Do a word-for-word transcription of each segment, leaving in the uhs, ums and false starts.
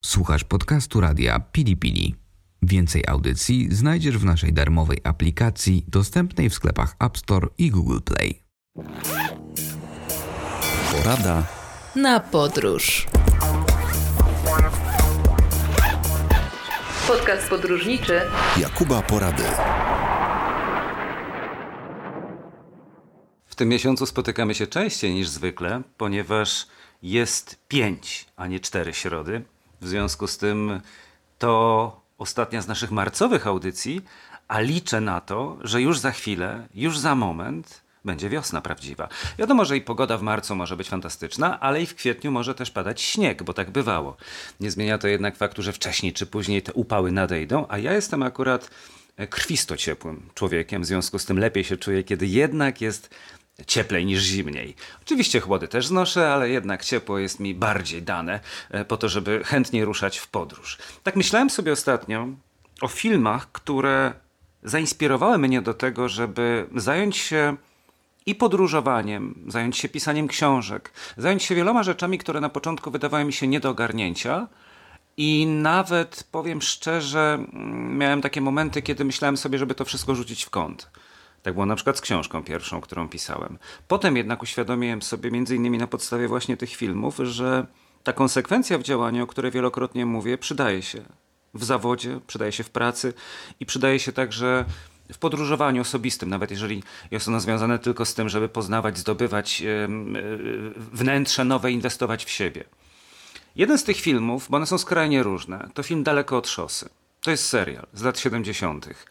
Słuchasz podcastu radia Pili Pili. Więcej audycji znajdziesz w naszej darmowej aplikacji dostępnej w sklepach App Store i Google Play. Porada na podróż. Podcast podróżniczy Jakuba Porady. W tym miesiącu spotykamy się częściej niż zwykle, ponieważ jest pięć, a nie cztery środy. W związku z tym to ostatnia z naszych marcowych audycji, a liczę na to, że już za chwilę, już za moment będzie wiosna prawdziwa. Wiadomo, że i pogoda w marcu może być fantastyczna, ale i w kwietniu może też padać śnieg, bo tak bywało. Nie zmienia to jednak faktu, że wcześniej czy później te upały nadejdą, a ja jestem akurat krwisto ciepłym człowiekiem, w związku z tym lepiej się czuję, kiedy jednak jest cieplej niż zimniej. Oczywiście chłody też znoszę, ale jednak ciepło jest mi bardziej dane po to, żeby chętniej ruszać w podróż. Tak myślałem sobie ostatnio o filmach, które zainspirowały mnie do tego, żeby zająć się i podróżowaniem, zająć się pisaniem książek, zająć się wieloma rzeczami, które na początku wydawały mi się nie do ogarnięcia. I nawet, powiem szczerze, miałem takie momenty, kiedy myślałem sobie, żeby to wszystko rzucić w kąt. Tak było na przykład z książką pierwszą, którą pisałem. Potem jednak uświadomiłem sobie, między innymi na podstawie właśnie tych filmów, że ta konsekwencja w działaniu, o której wielokrotnie mówię, przydaje się w zawodzie, przydaje się w pracy i przydaje się także w podróżowaniu osobistym, nawet jeżeli jest ono związane tylko z tym, żeby poznawać, zdobywać yy, yy, wnętrze nowe, inwestować w siebie. Jeden z tych filmów, bo one są skrajnie różne, to film Daleko od szosy. To jest serial z lat siedemdziesiątych.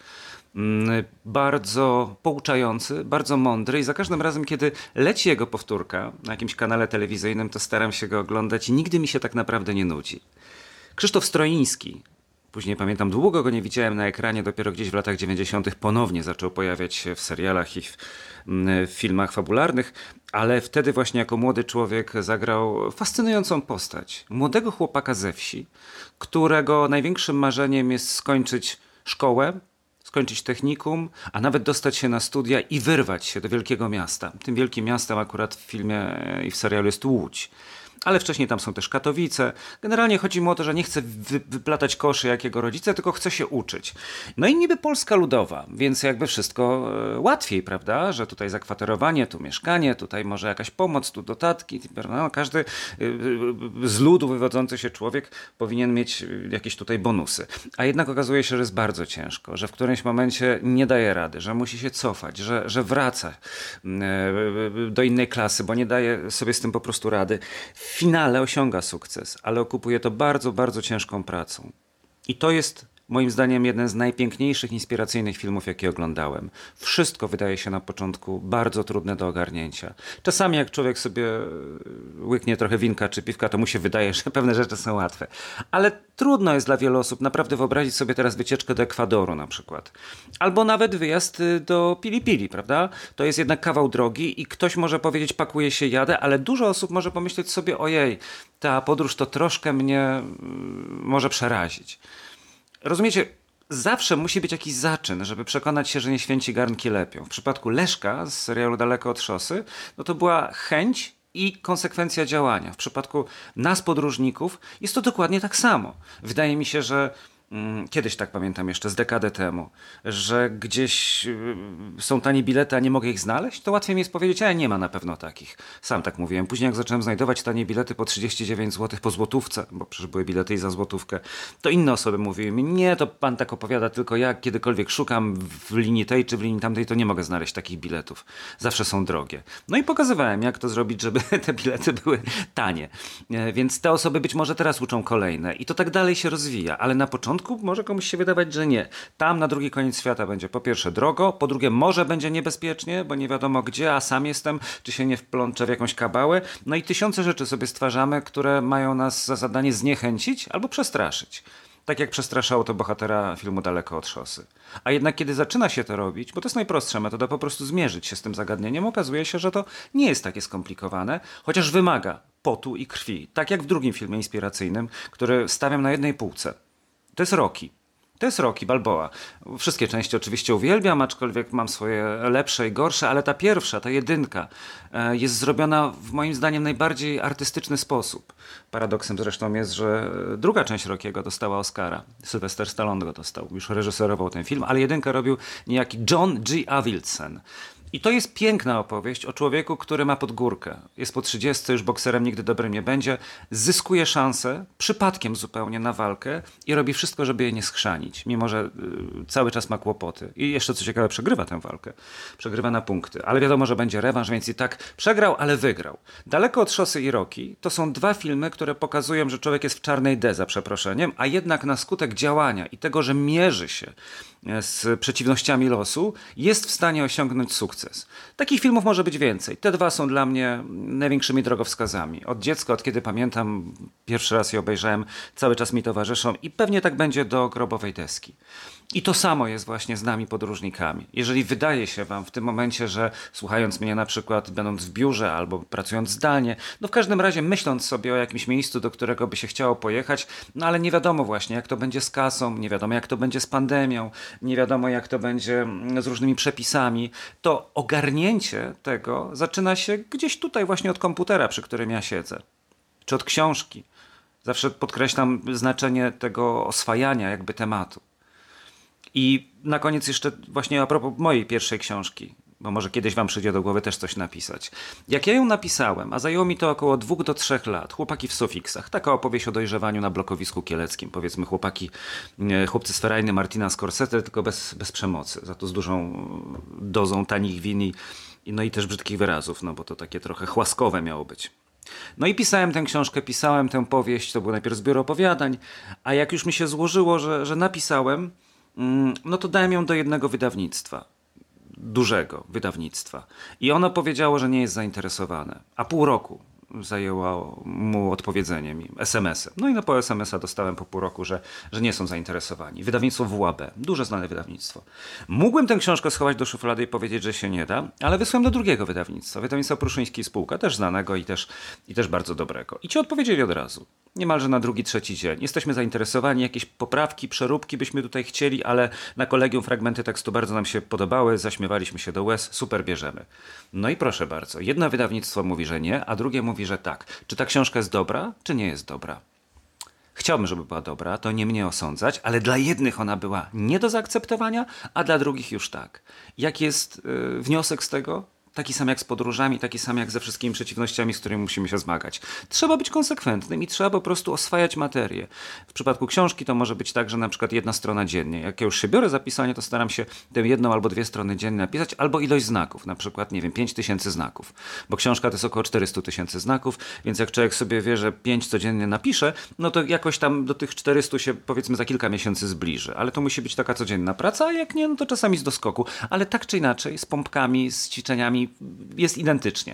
Bardzo pouczający, bardzo mądry i za każdym razem, kiedy leci jego powtórka na jakimś kanale telewizyjnym, to staram się go oglądać i nigdy mi się tak naprawdę nie nudzi. Krzysztof Stroiński, później pamiętam, długo go nie widziałem na ekranie, dopiero gdzieś w latach dziewięćdziesiątych ponownie zaczął pojawiać się w serialach i w, w filmach fabularnych, ale wtedy właśnie jako młody człowiek zagrał fascynującą postać. Młodego chłopaka ze wsi, którego największym marzeniem jest skończyć szkołę, skończyć technikum, a nawet dostać się na studia i wyrwać się do wielkiego miasta. Tym wielkim miastem akurat w filmie i w serialu jest Łódź. Ale wcześniej tam są też Katowice. Generalnie chodzi mu o to, że nie chce wy- wyplatać koszy jak jego rodzice, tylko chce się uczyć. No i niby Polska ludowa, więc jakby wszystko e, łatwiej, prawda? Że tutaj zakwaterowanie, tu mieszkanie, tutaj może jakaś pomoc, tu dodatki. No, każdy e, e, z ludu wywodzący się człowiek powinien mieć jakieś tutaj bonusy. A jednak okazuje się, że jest bardzo ciężko, że w którymś momencie nie daje rady, że musi się cofać, że, że wraca e, do innej klasy, bo nie daje sobie z tym po prostu rady. W finale osiąga sukces, ale okupuje to bardzo, bardzo ciężką pracą. I to jest moim zdaniem jeden z najpiękniejszych, inspiracyjnych filmów, jakie oglądałem. Wszystko wydaje się na początku bardzo trudne do ogarnięcia. Czasami jak człowiek sobie łyknie trochę winka czy piwka, to mu się wydaje, że pewne rzeczy są łatwe. Ale trudno jest dla wielu osób naprawdę wyobrazić sobie teraz wycieczkę do Ekwadoru na przykład. Albo nawet wyjazd do Pili Pili, prawda? To jest jednak kawał drogi i ktoś może powiedzieć, pakuję się, jadę, ale dużo osób może pomyśleć sobie, ojej, ta podróż to troszkę mnie może przerazić. Rozumiecie, zawsze musi być jakiś zaczyn, żeby przekonać się, że nie święci garnki lepią. W przypadku Leszka z serialu Daleko od szosy, no to była chęć i konsekwencja działania. W przypadku nas, podróżników, jest to dokładnie tak samo. Wydaje mi się, że kiedyś tak pamiętam jeszcze, z dekadę temu, że gdzieś są tanie bilety, a nie mogę ich znaleźć, to łatwiej mi jest powiedzieć, a nie ma na pewno takich. Sam tak mówiłem. Później jak zacząłem znajdować tanie bilety po trzydzieści dziewięć złotych po złotówce, bo przecież były bilety i za złotówkę, to inne osoby mówiły mi, nie, to pan tak opowiada, tylko ja kiedykolwiek szukam w linii tej czy w linii tamtej, to nie mogę znaleźć takich biletów. Zawsze są drogie. No i pokazywałem, jak to zrobić, żeby te bilety były tanie. Więc te osoby być może teraz uczą kolejne i to tak dalej się rozwija, ale na początku może komuś się wydawać, że nie. Tam na drugi koniec świata będzie po pierwsze drogo, po drugie może będzie niebezpiecznie, bo nie wiadomo gdzie, a sam jestem, czy się nie wplączę w jakąś kabałę. No i tysiące rzeczy sobie stwarzamy, które mają nas za zadanie zniechęcić albo przestraszyć. Tak jak przestraszało to bohatera filmu Daleko od szosy. A jednak kiedy zaczyna się to robić, bo to jest najprostsza metoda, po prostu zmierzyć się z tym zagadnieniem, okazuje się, że to nie jest takie skomplikowane, chociaż wymaga potu i krwi. Tak jak w drugim filmie inspiracyjnym, który stawiam na jednej półce. To jest Rocky. To jest Rocky Balboa. Wszystkie części oczywiście uwielbiam, aczkolwiek mam swoje lepsze i gorsze, ale ta pierwsza, ta jedynka jest zrobiona w moim zdaniem najbardziej artystyczny sposób. Paradoksem zresztą jest, że druga część Rockiego dostała Oscara. Sylvester Stallone go dostał, już reżyserował ten film, ale jedynkę robił niejaki John G. Avildsen. I to jest piękna opowieść o człowieku, który ma podgórkę. Jest po trzydziestce, już bokserem nigdy dobrym nie będzie. Zyskuje szansę, przypadkiem zupełnie, na walkę i robi wszystko, żeby jej nie schrzanić. Mimo że y, cały czas ma kłopoty. I jeszcze co ciekawe, przegrywa tę walkę. Przegrywa na punkty. Ale wiadomo, że będzie rewanż, więc i tak przegrał, ale wygrał. Daleko od Szosy i Rocky to są dwa filmy, które pokazują, że człowiek jest w czarnej D, za przeproszeniem, a jednak na skutek działania i tego, że mierzy się z przeciwnościami losu, jest w stanie osiągnąć sukces. Takich filmów może być więcej. Te dwa są dla mnie największymi drogowskazami. Od dziecka, od kiedy pamiętam, pierwszy raz je obejrzałem, cały czas mi towarzyszą i pewnie tak będzie do grobowej deski. I to samo jest właśnie z nami podróżnikami. Jeżeli wydaje się wam w tym momencie, że słuchając mnie na przykład będąc w biurze albo pracując zdalnie, no w każdym razie myśląc sobie o jakimś miejscu, do którego by się chciało pojechać, no ale nie wiadomo właśnie jak to będzie z kasą, nie wiadomo jak to będzie z pandemią, nie wiadomo jak to będzie z różnymi przepisami, to ogarnięcie tego zaczyna się gdzieś tutaj właśnie od komputera, przy którym ja siedzę. Czy od książki. Zawsze podkreślam znaczenie tego oswajania jakby tematu. I na koniec jeszcze właśnie a propos mojej pierwszej książki, bo może kiedyś wam przyjdzie do głowy też coś napisać. Jak ja ją napisałem, a zajęło mi to około dwóch do trzech lat, Chłopaki w sufiksach, taka opowieść o dojrzewaniu na blokowisku kieleckim, powiedzmy chłopaki, chłopcy z ferajny Martina Scorsese, tylko bez, bez przemocy, za to z dużą dozą tanich win i, no i też brzydkich wyrazów, no bo to takie trochę chłaskowe miało być. No i pisałem tę książkę, pisałem tę powieść, to był najpierw zbiór opowiadań, a jak już mi się złożyło, że, że napisałem, no to dałem ją do jednego wydawnictwa, dużego wydawnictwa. I ono powiedziało, że nie jest zainteresowane. A pół roku zajęło mu odpowiedzenie mi es em esem. No i no po es em esa dostałem po pół roku, że, że nie są zainteresowani. Wydawnictwo W A B, duże znane wydawnictwo. Mógłbym tę książkę schować do szuflady i powiedzieć, że się nie da, ale wysłałem do drugiego wydawnictwa, wydawnictwa Pruszyński i Spółka, też znanego i też, i też bardzo dobrego. I ci odpowiedzieli od razu. Niemalże na drugi, trzeci dzień. Jesteśmy zainteresowani, jakieś poprawki, przeróbki byśmy tutaj chcieli, ale na kolegium fragmenty tekstu bardzo nam się podobały, zaśmiewaliśmy się do łez, super, bierzemy. No i proszę bardzo, jedno wydawnictwo mówi, że nie, a drugie mówi, że tak. Czy ta książka jest dobra, czy nie jest dobra? Chciałbym, żeby była dobra, to nie mnie osądzać, ale dla jednych ona była nie do zaakceptowania, a dla drugich już tak. Jak jest yy, wniosek z tego? Taki sam jak z podróżami, taki sam jak ze wszystkimi przeciwnościami, z którymi musimy się zmagać. Trzeba być konsekwentnym i trzeba po prostu oswajać materię. W przypadku książki to może być tak, że na przykład jedna strona dziennie. Jak ja już się biorę za pisanie, to staram się tę jedną albo dwie strony dziennie napisać, albo ilość znaków, na przykład, nie wiem, pięć tysięcy znaków. Bo książka to jest około czterysta tysięcy znaków, więc jak człowiek sobie wie, że pięć codziennie napisze, no to jakoś tam do tych czterystu się powiedzmy za kilka miesięcy zbliży. Ale to musi być taka codzienna praca, a jak nie, no to czasami z doskoku. Ale tak czy inaczej, z pompkami, z ćwiczeniami jest identycznie.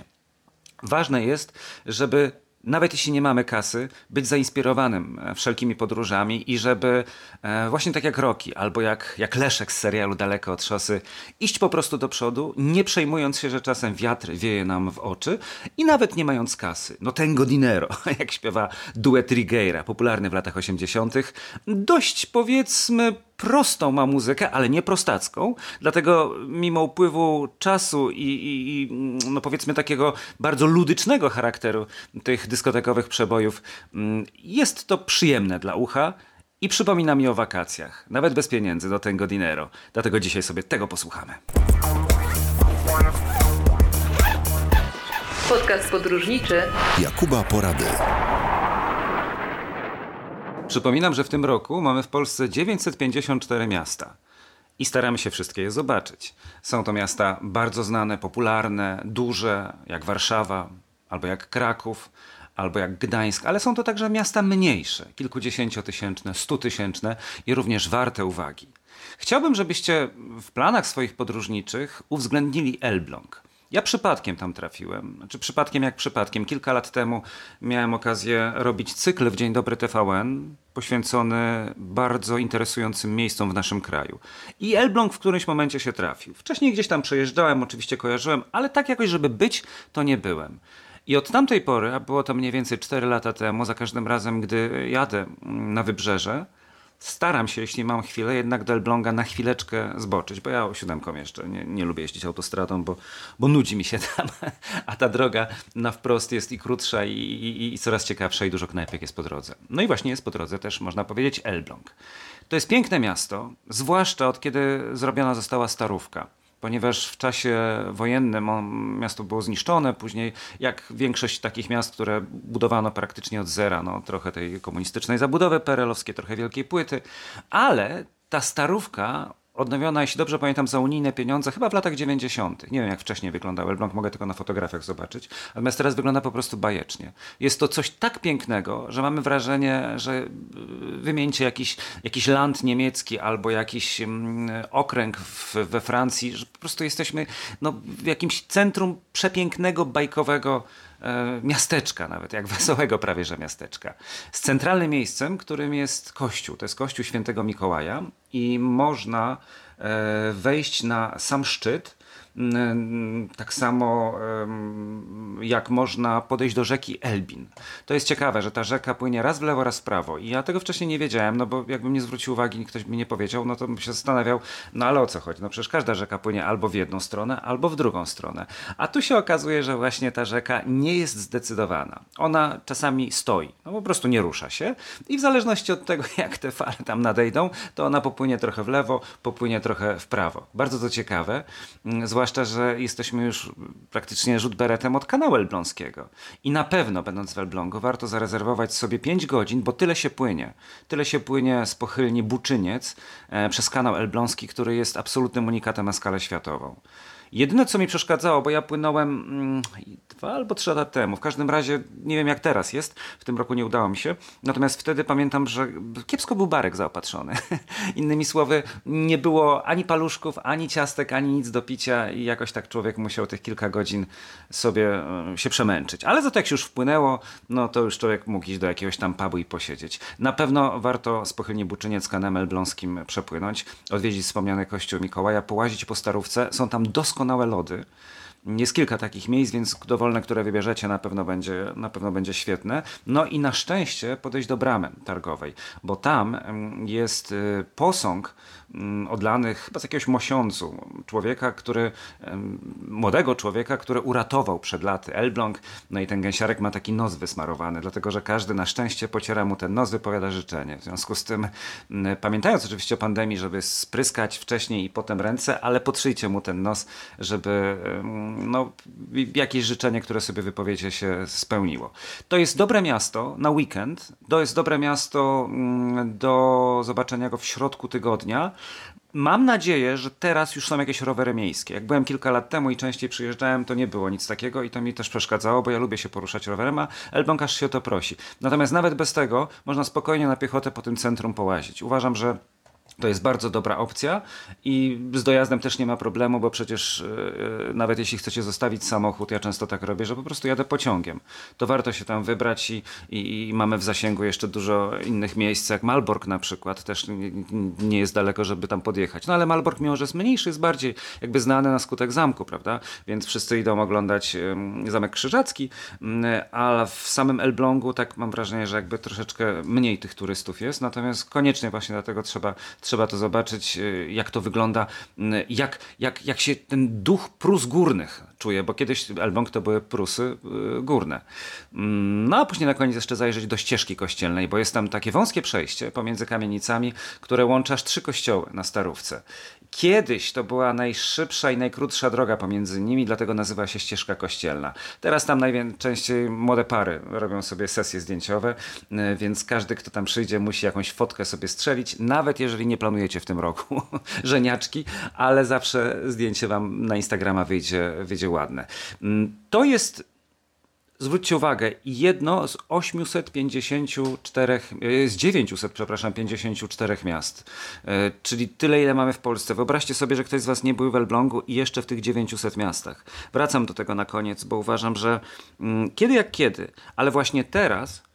Ważne jest, żeby nawet jeśli nie mamy kasy, być zainspirowanym wszelkimi podróżami i żeby e, właśnie tak jak Rocky albo jak, jak Leszek z serialu Daleko od Szosy, iść po prostu do przodu, nie przejmując się, że czasem wiatr wieje nam w oczy i nawet nie mając kasy. No tengo dinero, jak śpiewa duet Rigueira, popularny w latach osiemdziesiątych. Dość powiedzmy prostą ma muzykę, ale nie prostacką, dlatego mimo upływu czasu i, i, i no powiedzmy takiego bardzo ludycznego charakteru tych dyskotekowych przebojów, jest to przyjemne dla ucha i przypomina mi o wakacjach, nawet bez pieniędzy, do tengo dinero. Dlatego dzisiaj sobie tego posłuchamy. Podcast podróżniczy Jakuba Porady. Przypominam, że w tym roku mamy w Polsce dziewięćset pięćdziesiąt cztery miasta i staramy się wszystkie je zobaczyć. Są to miasta bardzo znane, popularne, duże, jak Warszawa, albo jak Kraków, albo jak Gdańsk, ale są to także miasta mniejsze, kilkudziesięciotysięczne, stutysięczne i również warte uwagi. Chciałbym, żebyście w planach swoich podróżniczych uwzględnili Elbląg. Ja przypadkiem tam trafiłem, znaczy przypadkiem jak przypadkiem. Kilka lat temu miałem okazję robić cykl w Dzień Dobry T V N poświęcony bardzo interesującym miejscom w naszym kraju. I Elbląg w którymś momencie się trafił. Wcześniej gdzieś tam przejeżdżałem, oczywiście kojarzyłem, ale tak jakoś, żeby być, to nie byłem. I od tamtej pory, a było to mniej więcej cztery lata temu, za każdym razem, gdy jadę na wybrzeże, Staram się, jeśli mam chwilę, jednak do Elbląga na chwileczkę zboczyć, bo ja o siódemką jeszcze nie, nie lubię jeździć autostradą, bo, bo nudzi mi się tam, a ta droga na wprost jest i krótsza i, i, i coraz ciekawsza i dużo knajpek jest po drodze. No i właśnie jest po drodze też, można powiedzieć, Elbląg. To jest piękne miasto, zwłaszcza od kiedy zrobiona została Starówka. Ponieważ w czasie wojennym miasto było zniszczone, później jak większość takich miast, które budowano praktycznie od zera, no trochę tej komunistycznej zabudowy perelowskiej, trochę Wielkiej Płyty, ale ta Starówka odnowiona, jeśli dobrze pamiętam, za unijne pieniądze, chyba w latach dziewięćdziesiątych. Nie wiem, jak wcześniej wyglądał Elbląg, mogę tylko na fotografiach zobaczyć. Natomiast teraz wygląda po prostu bajecznie. Jest to coś tak pięknego, że mamy wrażenie, że wymieńcie jakiś, jakiś land niemiecki albo jakiś um, okręg w, we Francji, że po prostu jesteśmy no, w jakimś centrum przepięknego, bajkowego miasteczka nawet, jak wesołego prawie że miasteczka. Z centralnym miejscem, którym jest kościół. To jest kościół Świętego Mikołaja i można wejść na sam szczyt, tak samo jak można podejść do rzeki Elbin. To jest ciekawe, że ta rzeka płynie raz w lewo, raz w prawo i ja tego wcześniej nie wiedziałem, no bo jakbym nie zwrócił uwagi, ktoś mi nie powiedział, no to bym się zastanawiał, no ale o co chodzi? No przecież każda rzeka płynie albo w jedną stronę, albo w drugą stronę. A tu się okazuje, że właśnie ta rzeka nie jest zdecydowana. Ona czasami stoi, no po prostu nie rusza się i w zależności od tego, jak te fale tam nadejdą, to ona popłynie trochę w lewo, popłynie trochę w prawo. Bardzo to ciekawe, zwłaszcza Zwłaszcza, że jesteśmy już praktycznie rzut beretem od kanału elbląskiego. I na pewno, będąc w Elblągu, warto zarezerwować sobie pięć godzin, bo tyle się płynie. Tyle się płynie z pochylni Buczyniec e, przez kanał elbląski, który jest absolutnym unikatem na skalę światową. Jedyne, co mi przeszkadzało, bo ja płynąłem mm, dwa albo trzy lata temu, w każdym razie nie wiem jak teraz jest, w tym roku nie udało mi się, natomiast wtedy pamiętam, że kiepsko był barek zaopatrzony. Innymi słowy, nie było ani paluszków, ani ciastek, ani nic do picia i jakoś tak człowiek musiał tych kilka godzin sobie y, się przemęczyć. Ale za to jak się już wpłynęło, no to już człowiek mógł iść do jakiegoś tam pubu i posiedzieć. Na pewno warto z pochylni Buczyniec kanałem elbląskim przepłynąć, odwiedzić wspomniany kościół Mikołaja, połazić po Starówce, są tam doskonałe doskonałe lody. Jest kilka takich miejsc, więc dowolne, które wybierzecie, na pewno będzie, na pewno będzie świetne. No i na szczęście podejść do bramy targowej, bo tam jest posąg odlanych chyba z jakiegoś mosiądzu człowieka, który, młodego człowieka, który uratował przed laty Elbląg. No i ten gęsiarek ma taki nos wysmarowany, dlatego że każdy na szczęście pociera mu ten nos, wypowiada życzenie. W związku z tym, pamiętając oczywiście o pandemii, żeby spryskać wcześniej i potem ręce, ale potrzyjcie mu ten nos, żeby no, jakieś życzenie, które sobie wypowiecie, się spełniło. To jest dobre miasto na weekend, to jest dobre miasto do zobaczenia go w środku tygodnia. Mam nadzieję, że teraz już są jakieś rowery miejskie. Jak byłem kilka lat temu i częściej przyjeżdżałem, to nie było nic takiego i to mi też przeszkadzało, bo ja lubię się poruszać rowerem, a Elbląg aż się o to prosi. Natomiast nawet bez tego można spokojnie na piechotę po tym centrum połazić. Uważam, że to jest bardzo dobra opcja i z dojazdem też nie ma problemu, bo przecież yy, nawet jeśli chcecie zostawić samochód, ja często tak robię, że po prostu jadę pociągiem. To warto się tam wybrać i, i, i mamy w zasięgu jeszcze dużo innych miejsc, jak Malbork na przykład, też nie, nie jest daleko, żeby tam podjechać. No ale Malbork, mimo że jest mniejszy, jest bardziej jakby znany na skutek zamku, prawda? Więc wszyscy idą oglądać yy, Zamek Krzyżacki, yy, a w samym Elblągu tak mam wrażenie, że jakby troszeczkę mniej tych turystów jest, natomiast koniecznie właśnie dlatego trzeba Trzeba to zobaczyć, jak to wygląda, jak, jak, jak się ten duch Prus górnych czuje, bo kiedyś Elbląg to były Prusy górne. No a później na koniec jeszcze zajrzeć do ścieżki kościelnej, bo jest tam takie wąskie przejście pomiędzy kamienicami, które łączy aż trzy kościoły na Starówce. Kiedyś to była najszybsza i najkrótsza droga pomiędzy nimi, dlatego nazywa się ścieżka kościelna. Teraz tam najczęściej młode pary robią sobie sesje zdjęciowe, więc każdy, kto tam przyjdzie, musi jakąś fotkę sobie strzelić, nawet jeżeli nie planujecie w tym roku żeniaczki, ale zawsze zdjęcie wam na Instagrama wyjdzie, wyjdzie ładne. To jest, zwróćcie uwagę, jedno z osiemset pięćdziesięciu czterech, z dziewięciuset, przepraszam, pięćdziesięciu czterech miast. Czyli tyle, ile mamy w Polsce. Wyobraźcie sobie, że ktoś z was nie był w Elblągu i jeszcze w tych dziewięciuset miastach. Wracam do tego na koniec, bo uważam, że kiedy jak kiedy, ale właśnie teraz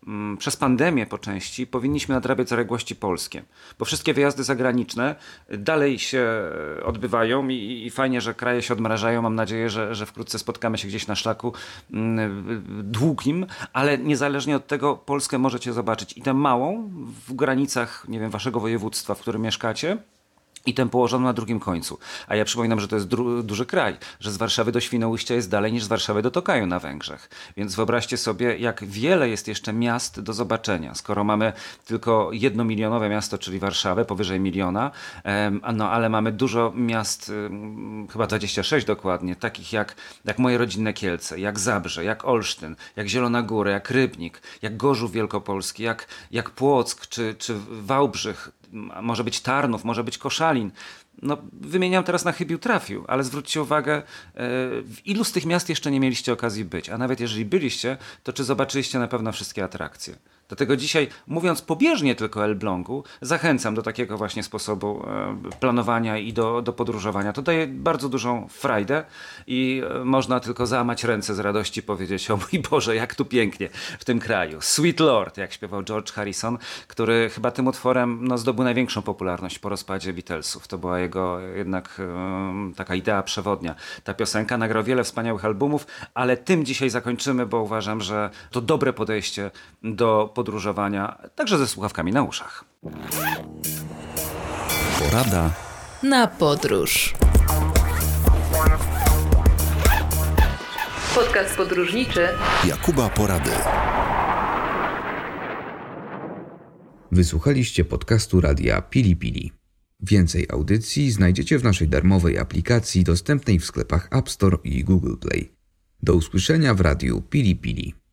przez pandemię po części powinniśmy nadrabiać zaległości polskie, bo wszystkie wyjazdy zagraniczne dalej się odbywają i, i fajnie, że kraje się odmrażają. Mam nadzieję, że, że wkrótce spotkamy się gdzieś na szlaku długim, ale niezależnie od tego Polskę możecie zobaczyć i tę małą w granicach, nie wiem, waszego województwa, w którym mieszkacie, i tę położoną na drugim końcu. A ja przypominam, że to jest dru- duży kraj, że z Warszawy do Świnoujścia jest dalej niż z Warszawy do Tokaju na Węgrzech. Więc wyobraźcie sobie, jak wiele jest jeszcze miast do zobaczenia. Skoro mamy tylko jednomilionowe miasto, czyli Warszawę, powyżej miliona, em, no ale mamy dużo miast, em, chyba dwadzieścia sześć dokładnie, takich jak, jak moje rodzinne Kielce, jak Zabrze, jak Olsztyn, jak Zielona Góra, jak Rybnik, jak Gorzów Wielkopolski, jak, jak Płock czy, czy Wałbrzych, może być Tarnów, może być Koszalin. No, wymieniam teraz na chybił trafił, ale zwróćcie uwagę, w ilu z tych miast jeszcze nie mieliście okazji być, a nawet jeżeli byliście, to czy zobaczyliście na pewno wszystkie atrakcje. Dlatego dzisiaj, mówiąc pobieżnie tylko o Elblągu, zachęcam do takiego właśnie sposobu planowania i do, do podróżowania. To daje bardzo dużą frajdę i można tylko załamać ręce z radości, powiedzieć: o mój Boże, jak tu pięknie w tym kraju. Sweet Lord, jak śpiewał George Harrison, który chyba tym utworem no, zdobył największą popularność po rozpadzie Beatlesów. To była jego jednak um, taka idea przewodnia. Ta piosenka, nagrał wiele wspaniałych albumów, ale tym dzisiaj zakończymy, bo uważam, że to dobre podejście do podróżowania, także ze słuchawkami na uszach. Porada na podróż. Podcast podróżniczy Jakuba Porady. Wysłuchaliście podcastu Radia Pili Pili. Więcej audycji znajdziecie w naszej darmowej aplikacji dostępnej w sklepach App Store i Google Play. Do usłyszenia w Radiu Pili Pili.